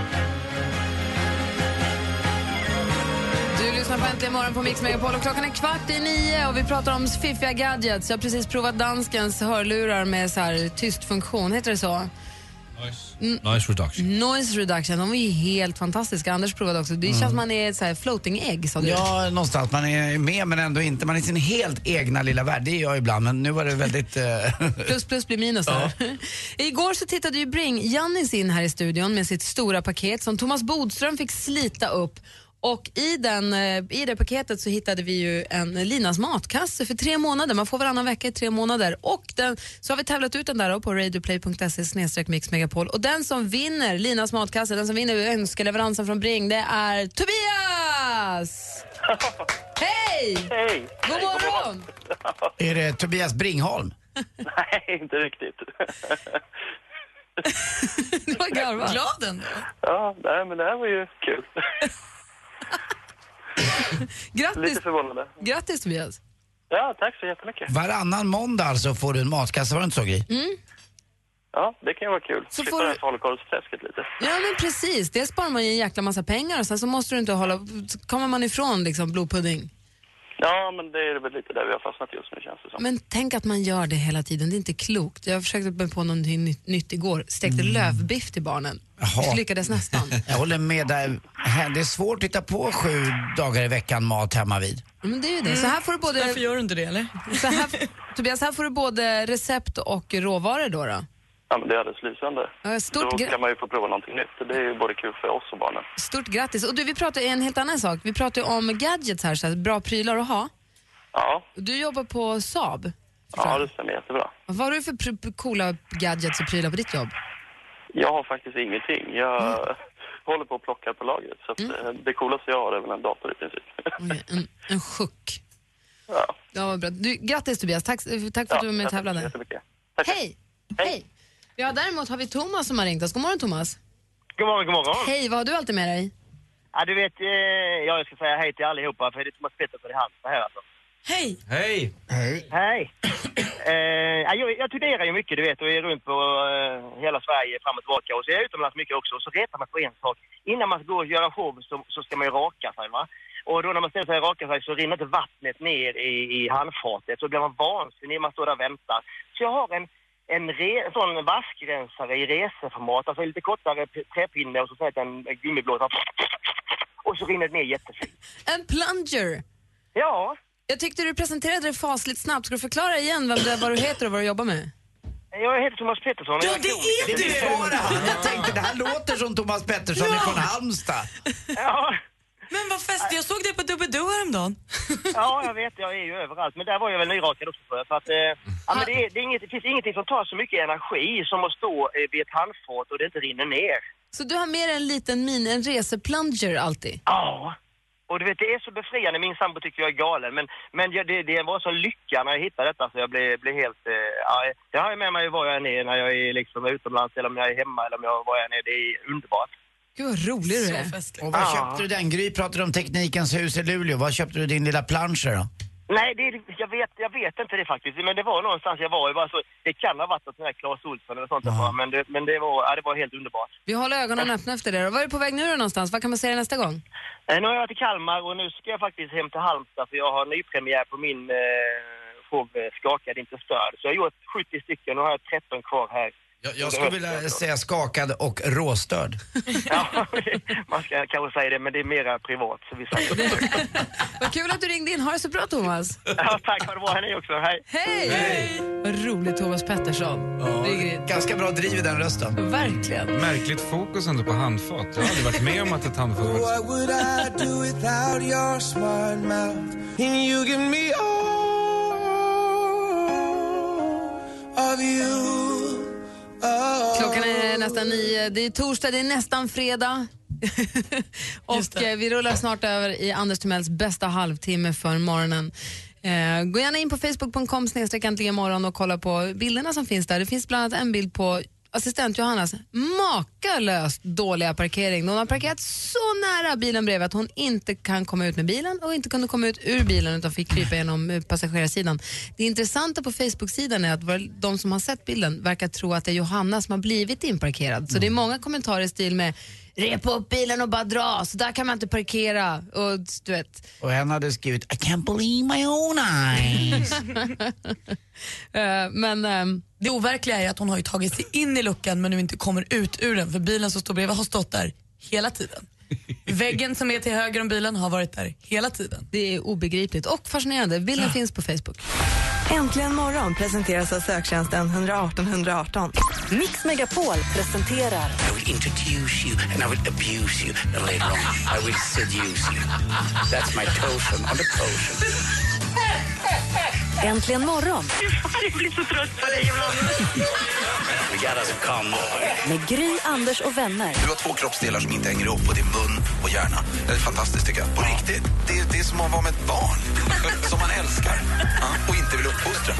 Du lyssnar på Äntligen morgon på Mix Megapol och klockan är kvart i nio och vi pratar om fiffiga gadgets. Jag har precis provat danskens hörlurar med så här tyst funktion, heter det så? Noise, noise reduction. Noise reduction, de är ju helt fantastiska. Anders provade också. Det känns som man är ett så här floating egg, sa du. Ja, någonstans. Man är med men ändå inte. Man är i sin helt egna lilla värld. Det är jag ibland, men nu var det väldigt... Uh... plus plus blir minus där. Ja. Igår så tittade ju Bring Jannis in här i studion med sitt stora paket som Thomas Bodström fick slita upp. Och i, den, i det paketet så hittade vi ju en Linas matkasse för tre månader. Man får varannan vecka i tre månader. Och den, så har vi tävlat ut den där på radioplay punkt se snedstreck mix megapol. Och den som vinner Linas matkasse, den som vinner önskeleveransen från Bring, det är Tobias! Tobias! Hej! Hej! God morgon! Är det Tobias Bringholm? Nej, inte riktigt. Du var garvad. Glad ändå. Ja, nej, men det här var ju kul. Grattis. Lite förvånande. Grattis Tobias. Ja, tack så jättemycket. Varannan måndag alltså får du en matkasse, var det inte så, Gry? Mm. Ja, det kan ju vara kul. Så Slippa får det du- här falukorvsträsket lite. Ja men precis, det sparar man ju en jäkla massa pengar och sen så måste du inte hålla, så kommer man ifrån liksom blodpudding. Ja, men det är väl lite där vi har fastnat just nu, känns det som. Men tänk att man gör det hela tiden, det är inte klokt. Jag försökte mig på någonting nytt, nytt igår, stekte Mm. lövbiff till barnen. Jaha. Det lyckades nästan. Jag håller med där. Det är svårt att hitta på sju dagar i veckan mat hemma vid. Men det är ju det. Så här får du både... Varför gör du inte det, eller? Så här, Tobias, här får du både recept och råvaror då. då. Ja, men det är alldeles lysande. Ja, stort Då gra- kan man ju få prova någonting nytt. Det är ju både kul för oss och barnen. Stort grattis. Och du, vi pratar en helt annan sak. Vi pratar ju om gadgets här, så här bra prylar att ha. Ja, Du jobbar på Saab. ja det stämmer jättebra. Vad har du för pr- coola gadgets och prylar på ditt jobb? Jag har faktiskt ingenting. Jag Mm. håller på att plocka på lagret. Så att, eh, det coolaste jag har är väl en dator i princip. Okej, en, en sjuck. Ja. Ja, vad bra. Du, grattis Tobias, tack, tack för att du var med och tävlade. jättemycket. Hej! Hej! Ja, däremot har vi Thomas som har ringt oss. God morgon Thomas. God morgon, god morgon. Hej, vad har du alltid med dig? Ja, du vet, eh, ja, jag ska säga hej till allihopa, för det är Thomas Pettersson i Halmstad här alltså. Hej! Hej! Hej! Hej! eh, ja, jag, jag turnerar ju mycket, du vet, och är runt på eh, hela Sverige fram och tillbaka. Och så är jag utomlands mycket också, och så retar man på en sak. Innan man går och göra show så, så ska man ju raka sig, va? Och då när man ställer sig och rakar sig så rinner inte vattnet ner i, i handfatet. Så blir man vansinnig när man står där och väntar. Så jag har en, en re, sån vaskrensare i reseformat, alltså lite kortare p- träpinne och så sätter en gummiblåsa. Och så rinner det ner jättefint. En plunger! Ja. Jag tyckte du presenterade det fasligt snabbt. Ska du förklara igen vem det är, vad du heter och vad du jobbar med? Jag heter Thomas Pettersson. Ja, det är du! Det var det han. Jag tänkte, det här låter som Thomas Pettersson ja. från Halmstad. Ja. Men vad fest, jag såg det på Dubbedoo häromdagen. Ja, jag vet, jag är ju överallt. Men där var jag väl nyrakad också för. Så att, eh, ja, men det, är, det, är inget, det finns ingenting som tar så mycket energi som att stå eh, vid ett handfat och det inte rinner ner. Så du har mer en liten min, en reseplunger alltid? Ja. Och du vet, det är så befriande. Min sambo tycker jag är galen. Men, men jag, det, det var så lycka när jag hittade detta så jag blev, blev helt... Eh, ja, det har jag med mig var jag är när jag är liksom utomlands eller om jag är hemma eller om jag var jag är. Det är underbart. Gud vad rolig du är. Och vad Ja. köpte du den? Gry pratade om Teknikens hus i Luleå. Vad köpte du din lilla plunger då? Nej, det, jag, vet, jag vet inte det faktiskt. Men det var någonstans jag var. Det, var så, det kan ha varit något sån här Claes Olsson eller sånt. Där, men det, men det, var, ja, det var helt underbart. Vi håller ögonen öppna efter det. Var är du på väg nu då någonstans? Vad kan man säga nästa gång? Eh, nu har jag varit i Kalmar och nu ska jag faktiskt hem till Halmstad för jag har nypremiär på min eh, show eh, Skakad inte störd. Så jag har gjort sjuttio stycken och nu har jag tretton kvar här. Jag, jag skulle vilja säga skakad och råstörd. Ja, man ska kanske säga det, men det är mera privat. Så vi säger. Vad kul att du ringde in. Ha det så bra Thomas. Ja, tack. Ha det bra. Hej också. Hej. Hej! Hej! Vad roligt Thomas Pettersson. Ja, ganska bra driv i den rösten. Verkligen. Märkligt fokus ändå på handfat. Jag har aldrig varit med om att ett handfat var... What would I do without your smart mouth? And you give me all of you. Oh. Klockan är nästan nio. Det är torsdag, det är nästan fredag. Och eh, vi rullar snart över i Anders Timells bästa halvtimme för morgonen. Eh, gå gärna in på facebook punkt com snedstreck äntligen morgon och kolla på bilderna som finns där. Det finns bland annat en bild på assistent Johannas makalöst dåliga parkering. Hon har parkerat så nära bilen bredvid att hon inte kan komma ut med bilen och inte kunde komma ut ur bilen utan fick krypa genom passagerarsidan. Det intressanta på Facebook-sidan är att de som har sett bilden verkar tro att det är Johanna som har blivit inparkerad. Så det är många kommentarer i stil med repa upp bilen och bara dra, så där kan man inte parkera. Och du vet. Och en hade skrivit I can't believe my own eyes. uh, men um, det overkliga är att hon har ju tagit sig in i luckan men nu inte kommer ut ur den, för bilen som står bredvid har stått där hela tiden. Väggen som är till höger om bilen har varit där hela tiden. Det är obegripligt och fascinerande. Bilden ja. finns på Facebook. Äntligen morgon presenteras av söktjänsten ett ett åtta ett ett åtta. Mix Megapol presenterar I will introduce you and I will abuse you and later on I will seduce you. That's my totem on the potion. Äntligen morgon. Jag blir så trött på dig ibland. We got that doesn't come. Med Gry, Anders och vänner. Du har två kroppsdelar som inte hänger ihop och det är mun och hjärna. Det är fantastiskt tycker jag. På riktigt. Det är, det är som att vara med ett barn. Som man älskar. Ja, och inte vill uppfostra.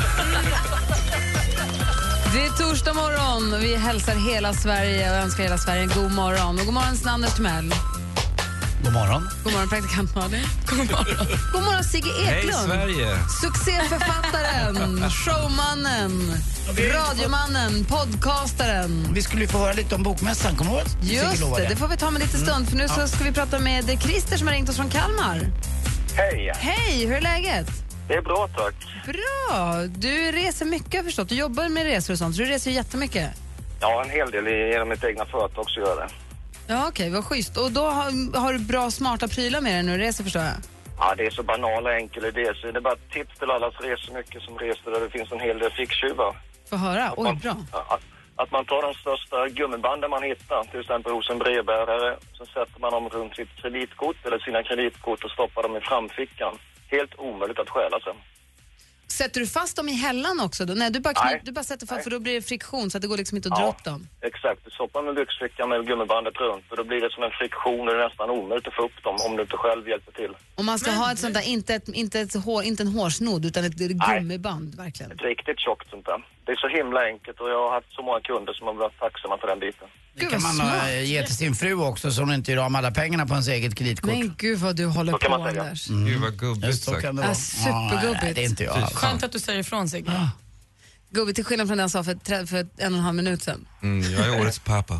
Det är torsdag morgon och vi hälsar hela Sverige och önskar hela Sverige en god morgon. Och god morgon till Anders Timell. God morgon. God morgon praktikant Malin. God morgon. God morgon Sigge Eklund. Hej Sverige. Succéförfattaren, showmannen, radiomannen, podcastaren. Vi skulle ju få höra lite om bokmässan, kommer du ihåg? Just det, det får vi ta med lite stund. För nu så ska vi prata med Christer som har ringt oss från Kalmar. Hej. Hej, hur är läget? Det är bra, tack. Bra. Du reser mycket, har jag förstått. Du jobbar med resor och sånt, så du reser ju jättemycket. Ja, en hel del genom mitt egna företag så gör det. Ja, okej, okay, vad schysst. Och då har, har du bra, smarta prylar med dig när du reser, förstår jag? Ja, det är så banala, enkel idé. Så det är bara ett tips till alla som reser mycket som reser där det finns en hel del ficktjuvar. Få höra, oj, man, bra. Att, att man tar de största gummibanden man hittar, till exempel hos en brevbärare. Så sätter man dem runt sitt kreditkort eller sina kreditkort och stoppar dem i framfickan. Helt omöjligt att stjäla sen. Sätter du fast dem i hällan också då? Nej, du bara, knip, du bara sätter fast, för då blir det friktion så att det går liksom inte att ja, dra upp dem. Exakt, du stoppar med byxfickan med gummibandet runt och då blir det som en friktion och det är nästan omöjligt att få upp dem om du inte själv hjälper till. Och man ska Men, ha ett sånt där, inte, ett, inte, ett hår, inte en hårsnodd utan ett gummiband, nej, verkligen. Ett riktigt tjockt sånt där. Det är så himla enkelt och jag har haft så många kunder som har varit tacksamma för den biten. Det kan man uh, ge till sin fru också så hon inte gör om alla pengarna på ens eget kreditkort. Men gud vad du håller på, Anders. Mm. Gud vad gubbigt sagt. Ja, supergubbigt. Ah, det är inte jag. Skönt att du säger ifrån sig. Ah. Gubbigt till skillnad från den jag sa för, för en och en halv minut sedan. Mm, jag är årets pappa.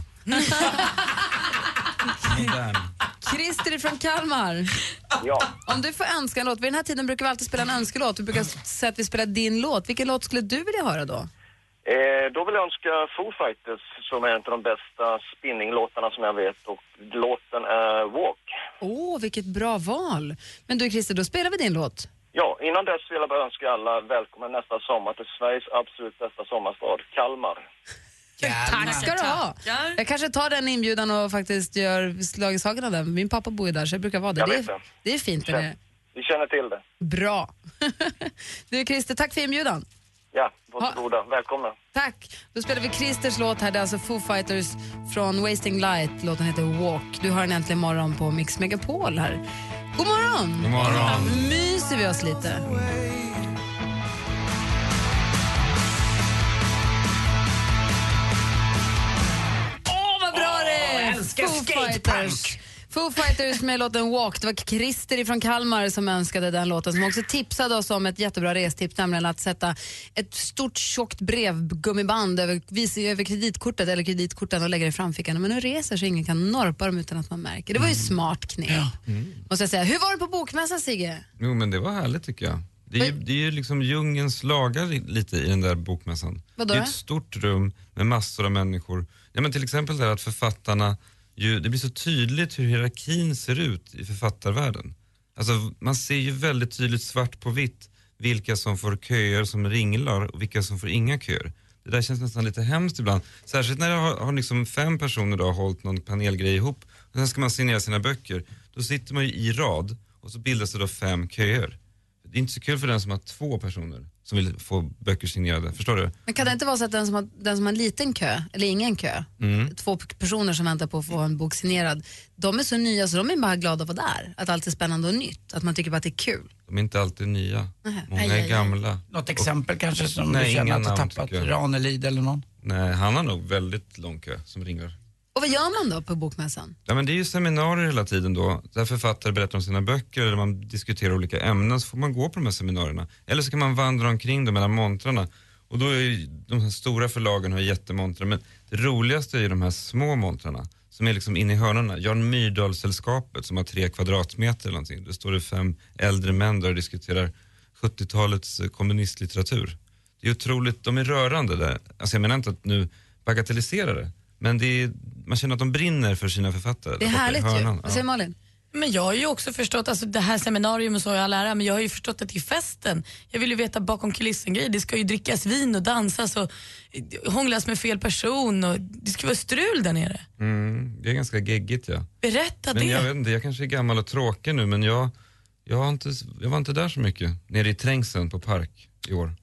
Christer från Kalmar. Ja. Om du får önska en låt, vid den här tiden brukar vi alltid spela en önskelåt. Vi brukar säga att vi spelar din låt. Vilken låt skulle du vilja höra då? Eh, då vill jag önska Foo Fighters som är en av de bästa spinninglåtarna som jag vet och låten är Walk. Åh, oh, vilket bra val. Men du Christer, då spelar vi din låt. Ja, innan dess vill jag bara önska alla välkomna nästa sommar till Sveriges absolut bästa sommarstad, Kalmar. Kalmar. Tack ska du ha. Jag kanske tar den inbjudan och faktiskt gör slag i saken av den. Min pappa bor ju där så jag brukar vara där. Jag det, vet är, det. det är fint. Känner, det. Vi känner till det. Bra. Du Christer, tack för inbjudan. Ja, varsågoda. Välkomna. Tack. Då spelar vi Christers låt här. Det är alltså Foo Fighters från Wasting Light. Låten heter Walk. Du har en äntligen morgon på Mix Megapol här. God morgon! God morgon! Myser vi oss lite. Åh, vad bra det är! Foo Fighters. Foo Fighters med låten Walk. Det var Christer från Kalmar som önskade den låten, som också tipsade oss om ett jättebra restips, nämligen att sätta ett stort tjockt brevgummiband över, över kreditkortet eller kreditkorten och lägga det i framfickan. Men nu reser så ingen kan norpa dem utan att man märker. Det var ju smart knep. Ja. Mm. Måste jag säga. Hur var det på bokmässan, Sigge? Jo, men det var härligt tycker jag. Det är, ju, det är ju liksom djungens lagar lite i den där bokmässan. Vadå? Det är ett stort rum med massor av människor. Ja, men till exempel det att författarna ju, det blir så tydligt hur hierarkin ser ut i författarvärlden. Alltså man ser ju väldigt tydligt svart på vitt vilka som får köer som ringlar och vilka som får inga köer. Det där känns nästan lite hemskt ibland. Särskilt när jag har, har liksom fem personer då hållit någon panelgrej ihop och sen ska man signera sina böcker. Då sitter man ju i rad och så bildas det då fem köer. Det är inte så kul för den som har två personer som vill få böcker signerade, förstår du? Men kan det inte vara så att den som har, den som har en liten kö, eller ingen kö, mm. två personer som väntar på att få en bok signerad, de är så nya så de är bara glada att vara där. Att allt är spännande och nytt, att man tycker bara att det är kul. De är inte alltid nya, Nähe. många aj, är aj, aj. gamla. Något exempel och, kanske som nej, du känner att du namn, tappat, Ranelid eller någon? Nej, han har nog väldigt lång kö som ringer. Och vad gör man då på bokmässan? Ja, men det är ju seminarier hela tiden då, där författare berättar om sina böcker eller man diskuterar olika ämnen, så får man gå på de här seminarierna. Eller så kan man vandra omkring dem mellan montrarna. Och då är ju de här stora förlagen har jättemontrar, men det roligaste är ju de här små montrarna som är liksom inne i hörnorna. Jan Myrdal-sällskapet som har tre kvadratmeter eller någonting. Det står det fem äldre män där och diskuterar sjuttiotalets kommunistlitteratur. Det är otroligt, de är rörande där. Alltså jag menar inte att nu bagatellisera det. Men det är, man känner att de brinner för sina författare. Det är härligt ju. Vad säger Malin? Men jag har ju också förstått, alltså det här seminarium och så har jag lära, men jag har ju förstått att det är festen. Jag vill ju veta bakom kulissen grejer. Det ska ju drickas vin och dansas och hånglas med fel person och det ska vara strul där nere. Mm, det är ganska geggigt, ja. Berätta men det. Jag vet inte, jag kanske är gammal och tråkig nu, men jag, jag, har inte, jag var inte där så mycket. Nere i Trängseln på Park i år.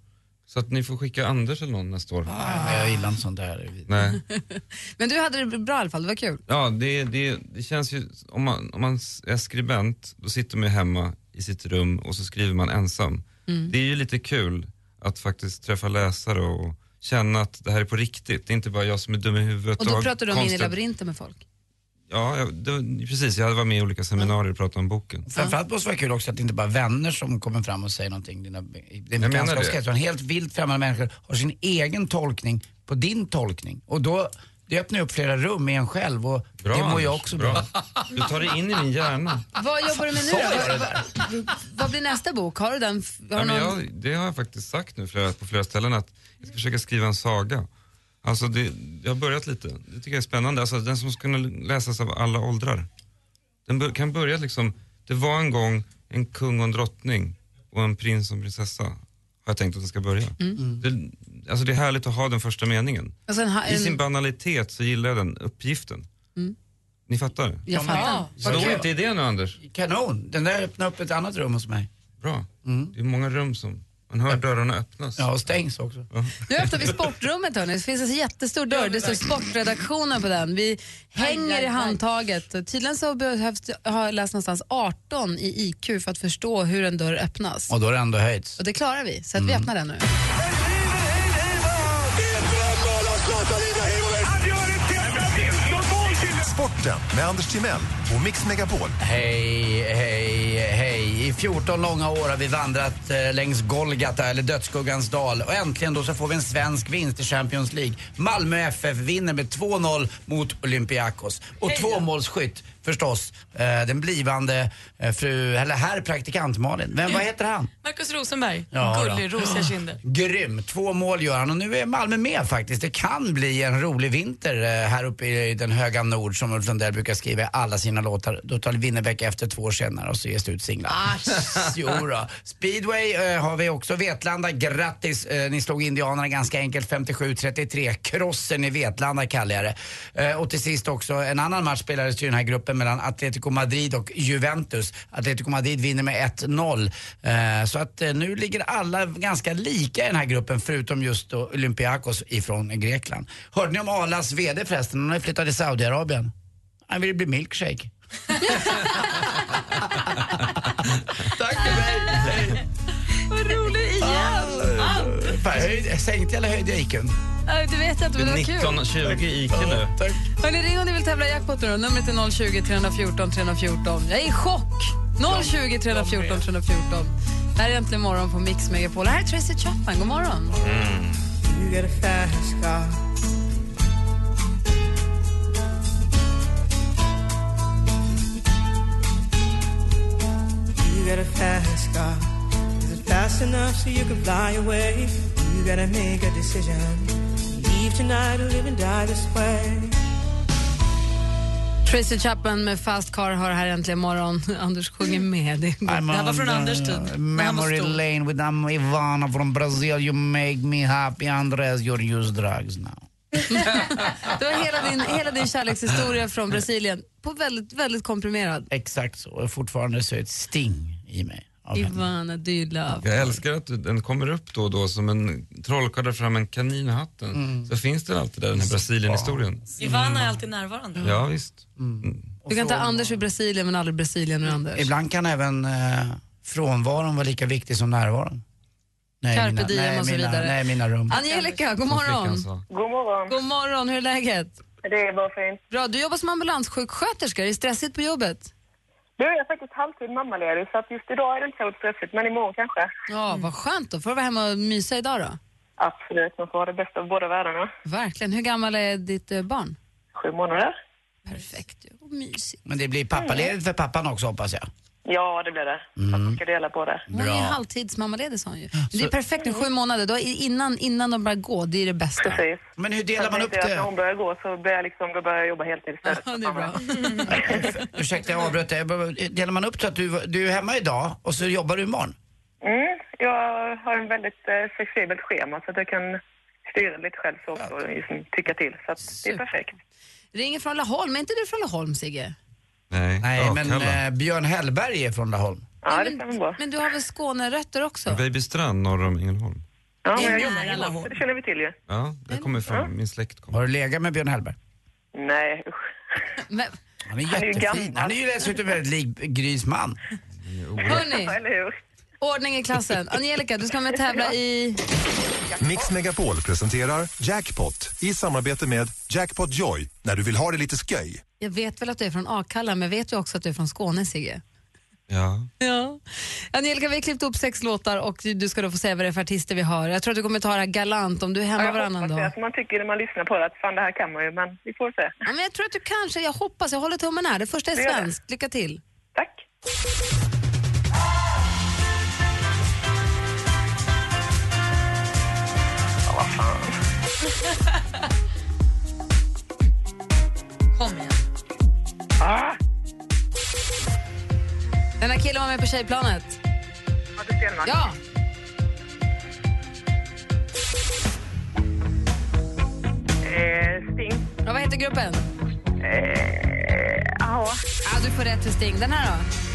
Så att ni får skicka Anders eller någon nästa år. Ah, jag gillar inte sånt där. Nej. Men du hade det bra i alla fall, det var kul. Ja, det, det, det känns ju, om man, om man är skribent, då sitter man ju hemma i sitt rum och så skriver man ensam. Mm. Det är ju lite kul att faktiskt träffa läsare och känna att det här är på riktigt. Det är inte bara jag som är dum i huvudet. Och då och pratar du om konstigt... in i labyrinten med folk? Ja, jag, det, precis. Jag var med i olika seminarier och pratade om boken. Framförallt måste det vara kul också att det inte bara vänner som kommer fram och säger någonting. Dina, din bekantskapskrets, utan helt vilt främmande människor har sin egen tolkning på din tolkning. Och då, det öppnar upp flera rum i en själv och bra, det mår jag också bra. bra. Du tar dig in i min hjärna. Vad jobbar du med nu då? Vad, vad, vad blir nästa bok? Har du den? Har ja, någon... jag, det har jag faktiskt sagt nu flera, på flera ställen att jag ska försöka skriva en saga. Alltså det, jag har börjat lite. Det tycker jag är spännande. Alltså den som ska kunna läsas av alla åldrar. Den bör, kan börja liksom, det var en gång en kung och en drottning och en prins och en prinsessa. Har jag tänkt att den ska börja. Mm. Det, alltså det är härligt att ha den första meningen. Alltså en, en... I sin banalitet så gillar jag den uppgiften. Mm. Ni fattar? Jag fattar. Slå inte idén nu, Anders. Kanon. Den där öppnar upp ett annat rum hos mig. Bra. Mm. Det är många rum som... Man hör dörrarna öppnas. Ja, och stängs också. Ja. Nu öppnar vi sportrummet, hörni. Det finns en jättestor dörr. Det står sportredaktionen på den. Vi hänger aj, aj, i handtaget. Tydligen så behövs det, har jag läst någonstans arton i I Q för att förstå hur en dörr öppnas. Och då är det ändå höjts. Och det klarar vi, så att mm. vi öppnar den nu. Sporten med Anders Timell och Mix Megapol. Hej, hej, hej. I fjorton långa år har vi vandrat eh, längs Golgata eller Dödsskuggans dal. Och äntligen då så får vi en svensk vinst i Champions League. Malmö F F vinner med två noll mot Olympiakos. Och tvåmålsskytt förstås. Eh, den blivande eh, fru, eller herr praktikant Malin. Vem, vad heter han? Marcus Rosenberg. Ja, gullig, rosiga kinder. Grym. Två mål gör han och nu är Malmö med faktiskt. Det kan bli en rolig vinter eh, här uppe i den höga nord som Ulf Lundell brukar skriva i alla sina låtar. Då tar Winnerbäck efter två år senare och så ges det ut singlar. Jo då. Speedway eh, har vi också. Vetlanda, grattis. Eh, ni slog indianerna ganska enkelt femtiosju trettiotre. Krossen i Vetlanda kallar jag det. Eh, och till sist också en annan match spelades i den här gruppen mellan Atletico Madrid och Juventus. Atletico Madrid vinner med ett noll. Eh, så att eh, nu ligger alla ganska lika i den här gruppen förutom just då Olympiakos ifrån Grekland. Hörde ni om Alas vd förresten? Han har flyttat till Saudiarabien. Han vill bli milkshake. Tack för mig. Vad roligt igen. Ah, höjd, sänkte eller höjde jag iken? Du vet att det var kul. nitton tjugo i iken nu. Hörrni, ring om ni vill tävla i jackpot nu. Numret är noll tjugo, tre fjorton, tre fjorton. Jag är i chock. noll tjugo, tre fjorton, tre fjorton. Det här är Äntligen morgon på Mix Megapol. Det här är Tracy Chapman. God morgon. Mm. You get a fast car. You got a fast car. Is it fast enough so you can fly away? You gotta make a decision. Leave tonight or live and die this way. Tracy Chapman med Fast Car har här Äntligen morgon. Anders sjunger med. Det, det här var från Anders tid. Memory Lane with um, Ivana from Brazil. You make me happy, Andres. You're used drugs now. Det var hela din, hela din kärlekshistoria från Brasilien på väldigt, väldigt komprimerad. Exakt så. Och fortfarande så är ett sting i mig. Ivana, do you love? Jag älskar att den kommer upp då och då som en trollkarl fram en kanin i hatten. Mm. Så finns det alltid där, den här Brasilien-historien. Ivana är alltid närvarande. Mm. Ja, visst. Mm. Du kan ta Anders i Brasilien men aldrig Brasilien och Anders. Ibland kan även eh, frånvaron vara lika viktig som närvaron. Nej, Carpe mina, diem nej, och så mina, vidare. Nej, mina rum. Angelica, god morgon. God morgon. God morgon, hur är läget? Det är bara fint. Bra, du jobbar som ambulanssjuksköterska. Är det stressigt på jobbet? Nu är jag faktiskt halvtid mammaledig så att just idag är det inte så stressigt, men imorgon kanske. Ja, vad skönt då. Får du vara hemma och mysa idag då? Absolut, man får ha det bästa av båda världarna. Verkligen. Hur gammal är ditt eh, barn? Sju månader. Perfekt, och mysigt. Men det blir pappaledigt för pappan också, hoppas jag. Ja, det blir det. Mm. Man ska dela på det. Hon är ju halvtidsmammaledig, sa hon ju. Men det är perfekt med sju månader. Då innan, innan de börjar gå, det är det bästa. Precis. Men hur delar man upp det? När hon börjar gå så börjar jag liksom, då börjar jag jobba heltid istället. Ja, det är bra. Ursäkta, jag avbröt dig. Delar man upp så att du, du är hemma idag och så jobbar du imorgon? Mm, jag har en väldigt eh, flexibelt schema så att jag kan styra lite själv så också och liksom, tycka till. Så att det är perfekt. Ringer från Laholm. Är inte du från Laholm, Sigge? Nej, Nej ja, men eh, Björn Hellberg är från Laholm. Ja, det stämmer bra. Men du har väl Skånerötter också? Babystrand norr om Ängelholm. Ja, men jag jobbar i Laholm. Det känner vi till ju. Ja, det kommer från Ja. min släkt. Kommer. Har du legat med Björn Hellberg? Nej, usch. Men, Han är Han är ju jättefin. gammal. Han är ju dessutom väldigt lik Grys man. hörni, Eller hur? ordning i klassen. Angelica, du ska med tävla i... Mix Megapol presenterar Jackpot i samarbete med Jackpot Joy när du vill ha det lite sköj. Jag vet väl att du är från Akalla, men vet ju också att du är från Skåne, Sigge. Ja. Ja. Angelica, vi har klippt upp sex låtar och du ska då få säga vad det är för artister vi har. Jag tror att du kommer ta det här galant om du är hemma Ja, jag varannan hoppas dag. det. Alltså, man tycker när man lyssnar på det att fan det här kan man ju, men vi får se. Ja, men jag tror att du kanske, jag hoppas, jag håller tummen här. Det första är Det gör det. svenskt. Lycka till. Tack. Ja, vad fan. Kom igen. Ah! Den här killen var med på Tjejplanet. Martin Stenmarck. Ja. Eh, Sting. Ja, vad heter gruppen? Eh, ja. Ja, du får rätt för Sting. Den här då?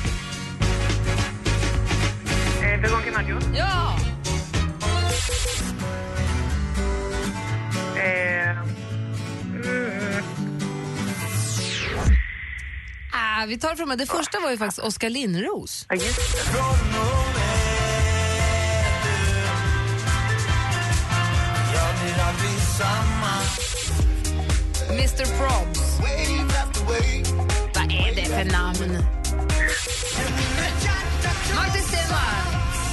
Eh, Veronica Maggio. Ja! Eh, mm. Ah, vi tar det från mig. Det första var ju faktiskt Oskar Lindros. Ja, just det. mister Probs. Vad är det för namn? Martin Stenmarck.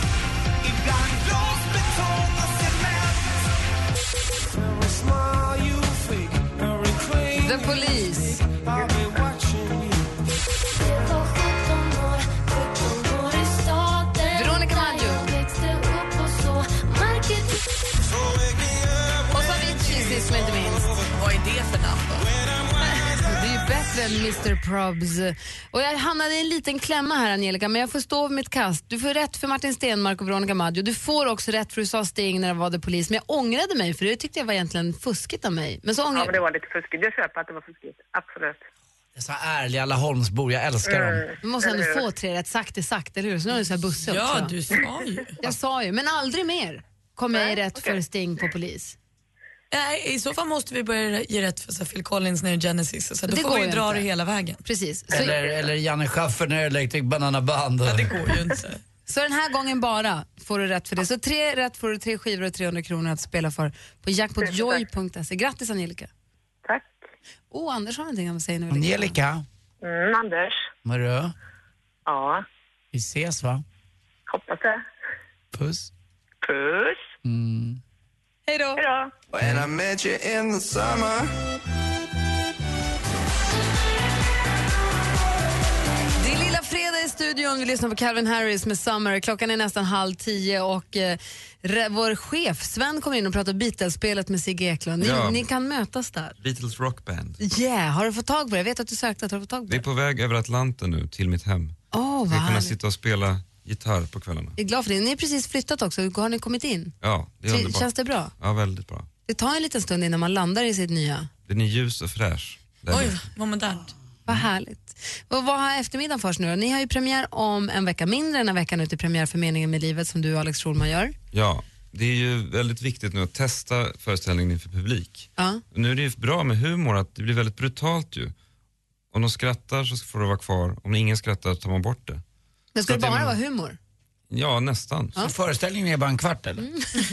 The Police. Veronica Maggio. Och så Avicii sist men inte minst. Vad är det för namn då? Det är ju bättre än mister Probs. Och jag hamnade i en liten klämma här, Angelica, men jag får stå vid mitt kast. Du får rätt för Martin Stenmarck och Veronica Maggio. Du får också rätt för du sa Sting när det var The Police. Men jag ångrade mig, för det tyckte jag var egentligen fuskigt av mig. Men så ångrade... Ja, men det var lite fuskigt. Jag köper att det var fuskigt. Absolut. Dessa ärliga Laholmsbor, jag älskar dem. Mm. Du måste ändå Eller hur? få tre rätt, sagt är sagt, eller hur? Så nu är det så här busse också. Ja, du sa ju. Jag sa ju, men aldrig mer kommer jag i rätt okej. för Sting på Polis. Nej, i så fall måste vi börja ge rätt för så Phil Collins när Genesis. Så då Det får går vi ju dra inte. det hela vägen. Precis. Så, Eller, eller Janne Schaffer när Electric Banana Band. Ja, det går ju inte. så den här gången bara får du rätt för det. Så tre rätt får du tre skivor och trehundra kronor att spela för på jackpot joy punkt se. Grattis, Angelica. Tack. Åh, oh, Anders har någonting att säga nu. Angelica, Mm, Anders. Marö, Ja, vi ses va? hoppas det. Puss. Puss. Mm. Hej då. Hej då. When I met you in the summer. Det är lilla fredag i studion. Vi lyssnar på Calvin Harris med Summer. Klockan är nästan halv tio och eh, re, vår chef Sven kommer in och pratar Beatles-spelet med Sigge Eklund. Ni, Ja. ni kan mötas där. Beatles rockband. Yeah, har du fått tag på det? Jag vet att du sökte, har du fått tag på Vi är det? på väg över Atlanten nu till mitt hem. Åh, oh, Jag vad ska kunna härligt. sitta och spela gitarr på kvällarna. Jag är glad för det. Ni har precis flyttat också. Har ni kommit in? Ja, det är Så- underbart. Känns det bra? Ja, väldigt bra. Det tar en liten stund innan man landar i sitt nya. Den är ljus och fräsch. Den Oj, är- vad modernt. Vad härligt. Och vad har eftermiddagen för nu då? Ni har ju premiär om en vecka, mindre än en vecka nu till premiär för Meningen med livet som du och Alex Schulman gör. Ja, det är ju väldigt viktigt nu att testa föreställningen inför publik. Ja. Nu är det ju bra med humor att det blir väldigt brutalt ju. Om de skrattar så får det vara kvar. Om ingen skrattar tar man bort det. Det ska Så att bara det- vara humor. Ja, nästan. Så föreställningen är bara en kvart eller?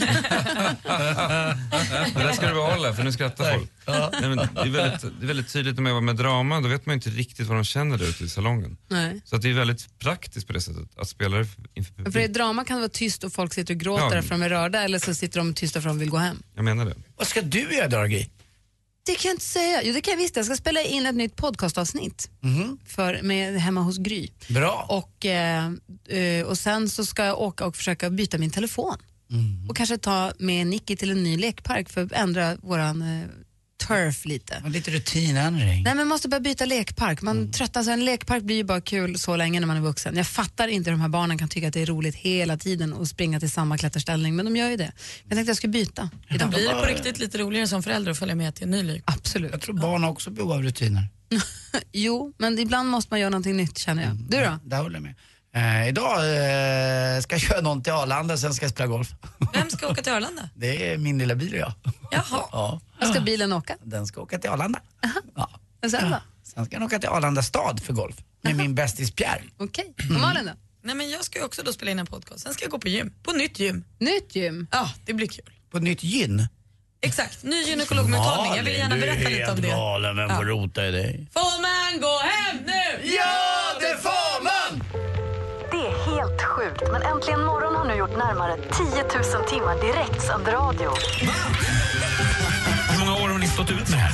Det där ska du behålla för nu skrattar folk. Nej, men det, är väldigt, det är väldigt tydligt när man jobbar med drama, då vet man inte riktigt vad de känner där ute i salongen. Nej. Så att det är väldigt praktiskt på det sättet att spela det inför För i publik. drama kan det vara tyst och folk sitter och gråter Ja. för att de är rörda, eller så sitter de tysta för att de vill gå hem. Jag menar det. Vad ska du göra Dargi? Det kan jag inte säga. Jo, det kan jag visst. Jag ska spela in ett nytt podcastavsnitt för, med Hemma hos Gry. Bra. Och, eh, eh, och sen så ska jag åka och försöka byta min telefon. Och kanske ta med Nicky till en ny lekpark för att ändra våran eh, turf lite. Lite rutinändring. Nej, men måste bara byta lekpark. Man mm. tröttnar, så en lekpark blir ju bara kul så länge när man är vuxen. Jag fattar inte hur de här barnen kan tycka att det är roligt hela tiden och springa till samma klätterställning, men de gör ju det. Jag tänkte att jag skulle byta idag. Blir det på riktigt lite roligare som förälder att följa med till en ny lek? Absolut. Jag tror barn också behöver av rutiner. Jo, men ibland måste man göra någonting nytt, känner jag. Du då? Det håller jag med. Eh, idag eh, ska jag köra någon till Arlanda, sen ska jag spela golf. Vem ska åka till Arlanda? Det är min lilla bil och jag. Jaha. Ja. Vad ska bilen åka? Den ska åka till Arlanda. Ja. Och sen då? Sen ska den åka till Arlanda stad för golf. Med min bästis Pierre. Okej. Okay. Och Malin då? Nej, men jag ska ju också då spela in en podcast. Sen ska jag gå på gym. På nytt gym. Nytt gym? Ja, det blir kul. På nytt gyn? Exakt, ny gynekologmottagning. Jag vill gärna berätta lite om det. Malin, vem får rota i dig? Får man gå hem nu? Ja, det får man! Det är helt sjukt, men Äntligen morgon har nu gjort närmare tio tusen timmar direktsänd radio. Va? Hur många år har ni stått ut med det här?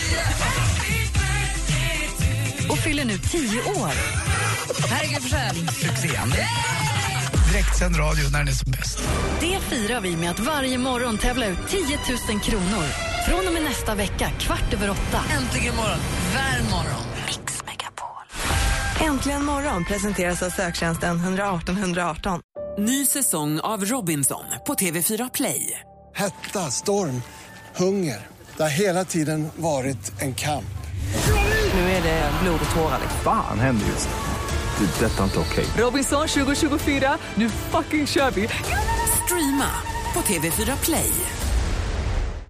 Och fyller nu tio år. Herregud för själv. Succéande. Direktsänd radio när den är som bäst. Det firar vi med att varje morgon tävla ut tio tusen kronor. Från och med nästa vecka, kvart över åtta. Äntligen morgon, varm morgon. Mix Megapol. Äntligen morgon presenteras av söktjänsten ett ett åtta ett ett åtta. Ny säsong av Robinson på T V fyra Play. Hetta, storm, hunger. Det har hela tiden varit en kamp. Nu är det blod och tårar. Fan händer just det. Det är detta inte okej. Robinson tjugo tjugofyra, nu fucking kör vi. Streama på T V fyra Play.